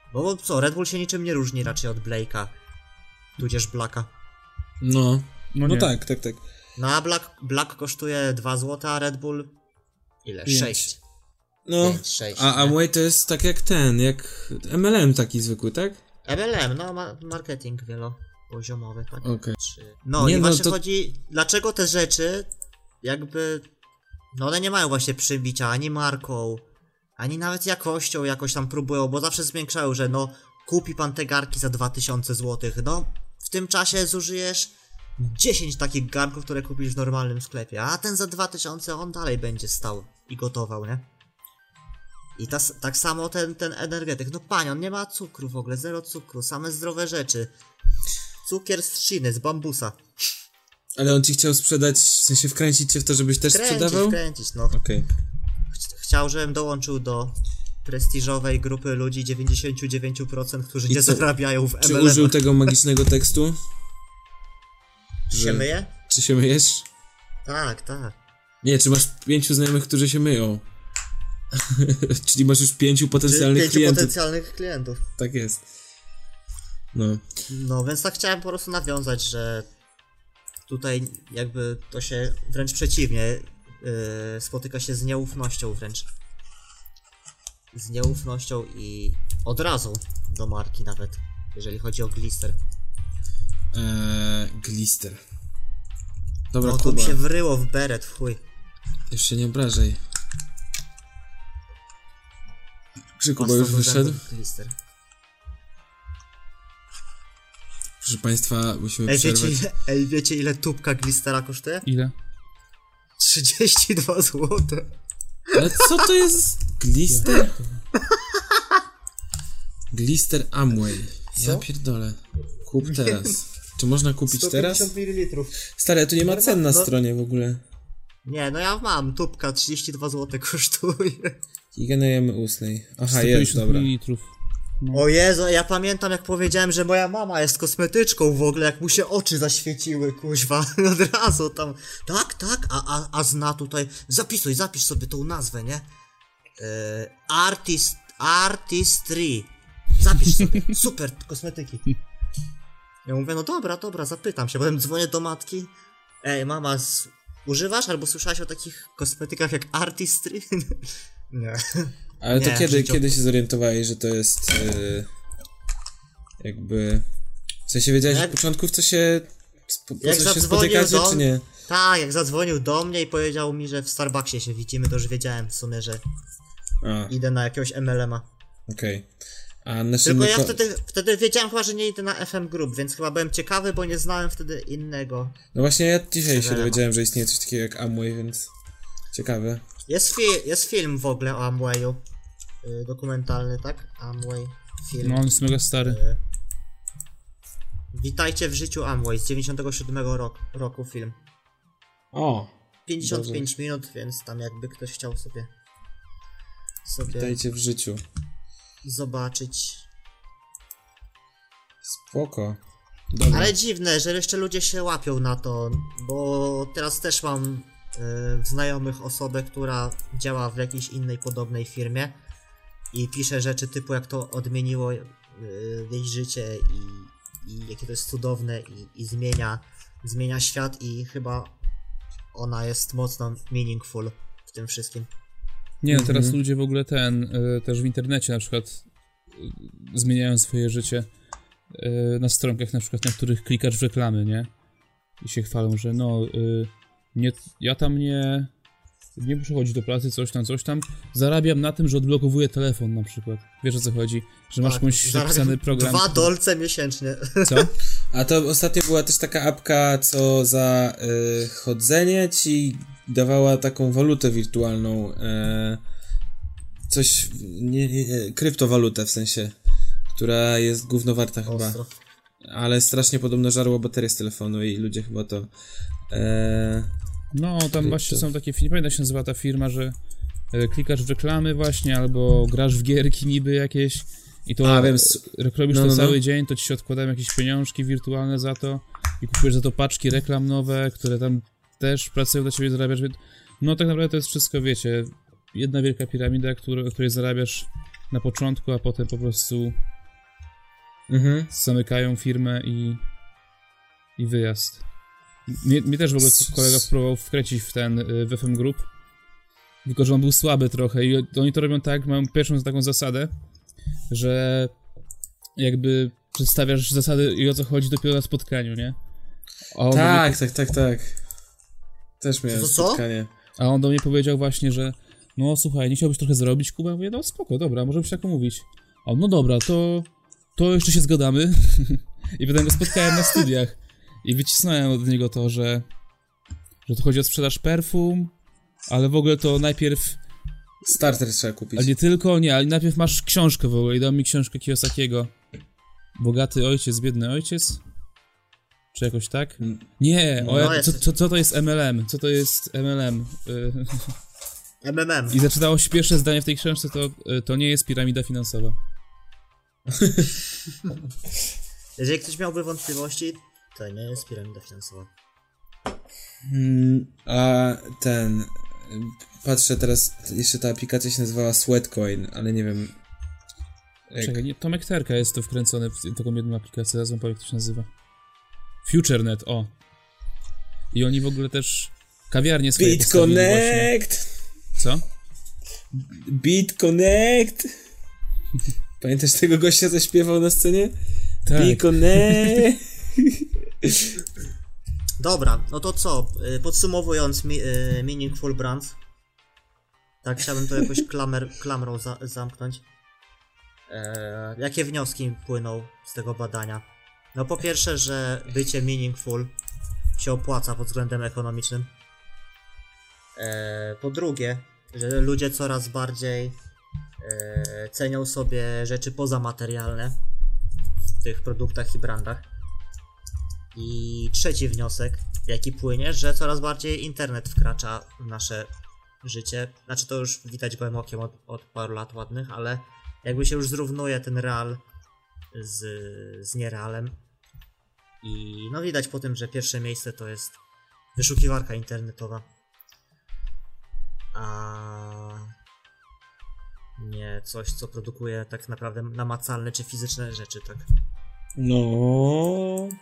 Bo co, Red Bull się niczym nie różni raczej od Blake'a, tudzież Blacka. No nie. tak. No a Black kosztuje 2 zł, a Red Bull ile? 5. 6. No, 5, 6, a Amway to jest tak jak jak MLM taki zwykły, tak? MLM, no marketing wielopoziomowy, tak? Okej. No Nie, i no właśnie to- chodzi, dlaczego te rzeczy jakby, no one nie mają właśnie przybicia ani marką, ani nawet jakością jakoś tam próbują, bo zawsze zwiększają, że no kupi pan te garki za 2000 zł, no w tym czasie zużyjesz 10 takich garnków, które kupisz w normalnym sklepie, a ten za 2000 on dalej będzie stał i gotował, nie? I tak samo ten energetyk, no panie, on nie ma cukru w ogóle, 0 cukru, same zdrowe rzeczy. Cukier z trzciny, z bambusa. Ale on ci chciał sprzedać, w sensie wkręcić cię w to, żebyś też sprzedawał? Wkręcić, no. Okej. Chciał, żebym dołączył do prestiżowej grupy ludzi 99%, którzy I nie co? zarabiają w Czy MLM. użył tego magicznego tekstu? Czy się myje? Czy się myjesz? Tak. Nie, czy masz 5 znajomych, którzy się myją? Czyli masz już 5 potencjalnych 5 klientów. potencjalnych klientów. Tak jest. No. No, więc tak chciałem po prostu nawiązać, że tutaj jakby to się wręcz przeciwnie, spotyka się z nieufnością wręcz. Z nieufnością i od razu do marki nawet, jeżeli chodzi o Glister. Glister. Dobra, No to Kuba, mi się wryło w beret, w chuj. już się nie obrażaj. Czy Kuba już wyszedł? Glister. Proszę państwa, musimy przerwać. Wiecie ile tubka Glistera kosztuje? Ile? 32 zł. Ale co to jest Glister? Glister Amway. Ja Co? pierdolę. Kup teraz. Czy można kupić teraz? 150 ml. Stary, tu nie ma cen na No. stronie w ogóle. Nie, no ja mam, tubka 32 zł kosztuje. I generujemy ustnej. Aha, jest, 150 dobra. ml. O Jezu, ja pamiętam jak powiedziałem, że moja mama jest kosmetyczką w ogóle, jak mu się oczy zaświeciły, kuźwa, od razu tam, tak, a zna tutaj, zapisz sobie tą nazwę, nie? Artistry. Zapisz sobie, super, kosmetyki. Ja mówię, no dobra, zapytam się, potem dzwonię do matki, ej mama, używasz albo słyszałaś o takich kosmetykach jak Artistry? Nie. Ale to Nie, kiedy się zorientowałeś, że to jest jakby... W sensie wiedziałeś Jak- od początku, w co się... Jak się zadzwonił spotykacie, do- czy nie? Tak, jak zadzwonił do mnie i powiedział mi, że w Starbucksie się widzimy, to już wiedziałem w sumie, że A, idę na jakiegoś MLM-a. okej. A nasz Tylko inny ja wtedy wiedziałem chyba, że nie idę na FM Group, więc chyba byłem ciekawy, bo nie znałem wtedy innego. No właśnie ja dzisiaj się MLM-a. dowiedziałem, że istnieje coś takiego jak Amway, więc... Ciekawe. Jest film w ogóle o Amwayu. Dokumentalny, tak? Amway. Film. No, on jest mega stary. Witajcie w życiu Amway z 97 roku film. O! 55 minut, więc tam jakby ktoś chciał sobie Witajcie w życiu. zobaczyć. Spoko. Dobra. Ale dziwne, że jeszcze ludzie się łapią na to, bo teraz też mam znajomych osobę, która działa w jakiejś innej podobnej firmie i pisze rzeczy typu jak to odmieniło jej życie i jakie to jest cudowne i zmienia świat i chyba ona jest mocno meaningful w tym wszystkim. Nie, no teraz ludzie w ogóle też w internecie na przykład zmieniają swoje życie na stronkach na przykład, na których klikasz w reklamy, nie? I się chwalą, że ja tam nie muszę chodzić do pracy, coś tam. Zarabiam na tym, że odblokowuję telefon na przykład. Wiesz o co chodzi? Że masz jakąś napisany program. $2 miesięcznie. Co? A to ostatnio była też taka apka, co za chodzenie ci dawała taką walutę wirtualną. Coś, kryptowalutę w sensie, która jest gówno warta chyba. Ostro. Ale strasznie podobno żarło baterię z telefonu i ludzie chyba to... No, tam właśnie są takie, nie pamiętam jak się nazywa ta firma, że klikasz w reklamy właśnie, albo grasz w gierki niby jakieś i to robisz to cały dzień, to ci się odkładają jakieś pieniążki wirtualne za to i kupujesz za to paczki reklam nowe, które tam też pracują dla ciebie, zarabiasz. No tak naprawdę to jest wszystko, wiecie, jedna wielka piramida, której zarabiasz na początku, a potem po prostu Zamykają firmę i wyjazd. Mnie też w ogóle kolega próbował wkręcić w FM Group, tylko że on był słaby trochę i oni to robią tak, mają pierwszą taką zasadę, że jakby przedstawiasz zasady i o co chodzi dopiero na spotkaniu, nie? Tak. Też miałem spotkanie. A on do mnie powiedział właśnie, że no słuchaj, nie chciałbyś trochę zrobić, Kuba? Ja mówię, no spoko, dobra, możemy się tak umówić. A on, no dobra, to jeszcze się zgadamy. I potem go spotkałem na studiach i wycisnąłem od niego to, że to chodzi o sprzedaż perfum, ale w ogóle to najpierw... Starter trzeba kupić. Ale nie tylko, ale najpierw masz książkę w ogóle i dał mi książkę Kiyosakiego. Bogaty ojciec, biedny ojciec? Czy jakoś tak? Nie, co to jest MLM? Co to jest MLM? MMM. I zaczynało się pierwsze zdanie w tej książce, to nie jest piramida finansowa. Jeżeli ktoś miałby wątpliwości, to nie jest piramida finansowa. Patrzę teraz, jeszcze ta aplikacja się nazywała Sweatcoin, ale nie wiem... Czekaj, nie, Tomek Terka jest to wkręcony w taką jedną aplikację, zaraz wam powiem, jak to się nazywa. FutureNet, o. I oni w ogóle też kawiarnie swoje BitConnect! Co? BitConnect! Pamiętasz tego gościa, co śpiewał na scenie? Tak. BitConnect! Dobra, no to co? Podsumowując Meaningful Brands. Tak, chciałbym to jakoś klamrą zamknąć. Jakie wnioski płyną z tego badania? No po pierwsze, że bycie meaningful się opłaca pod względem ekonomicznym. Po drugie, że ludzie coraz bardziej cenią sobie rzeczy pozamaterialne w tych produktach i brandach. I trzeci wniosek, jaki płynie, że coraz bardziej internet wkracza w nasze życie. Znaczy to już widać gołym okiem od paru lat ładnych, ale jakby się już zrównuje ten real z nierealem. I no widać po tym, że pierwsze miejsce to jest wyszukiwarka internetowa, a nie coś, co produkuje tak naprawdę namacalne czy fizyczne rzeczy, tak? No.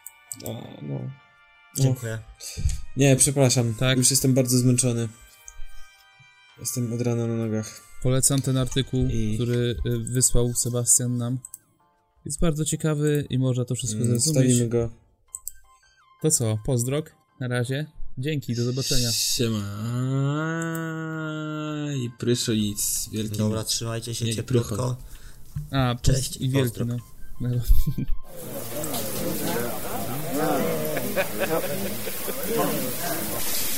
Dziękuję. Nie, przepraszam, tak. Już jestem bardzo zmęczony. Jestem od rana na nogach. Polecam ten artykuł, który wysłał Sebastian nam. Jest bardzo ciekawy i można to wszystko zrozumieć. Wstawimy go. To co, pozdrok? Na razie. Dzięki, do zobaczenia. Siema. I prysznic wielki. Dobra, trzymajcie się cieplutko. Cześć i wielki, no.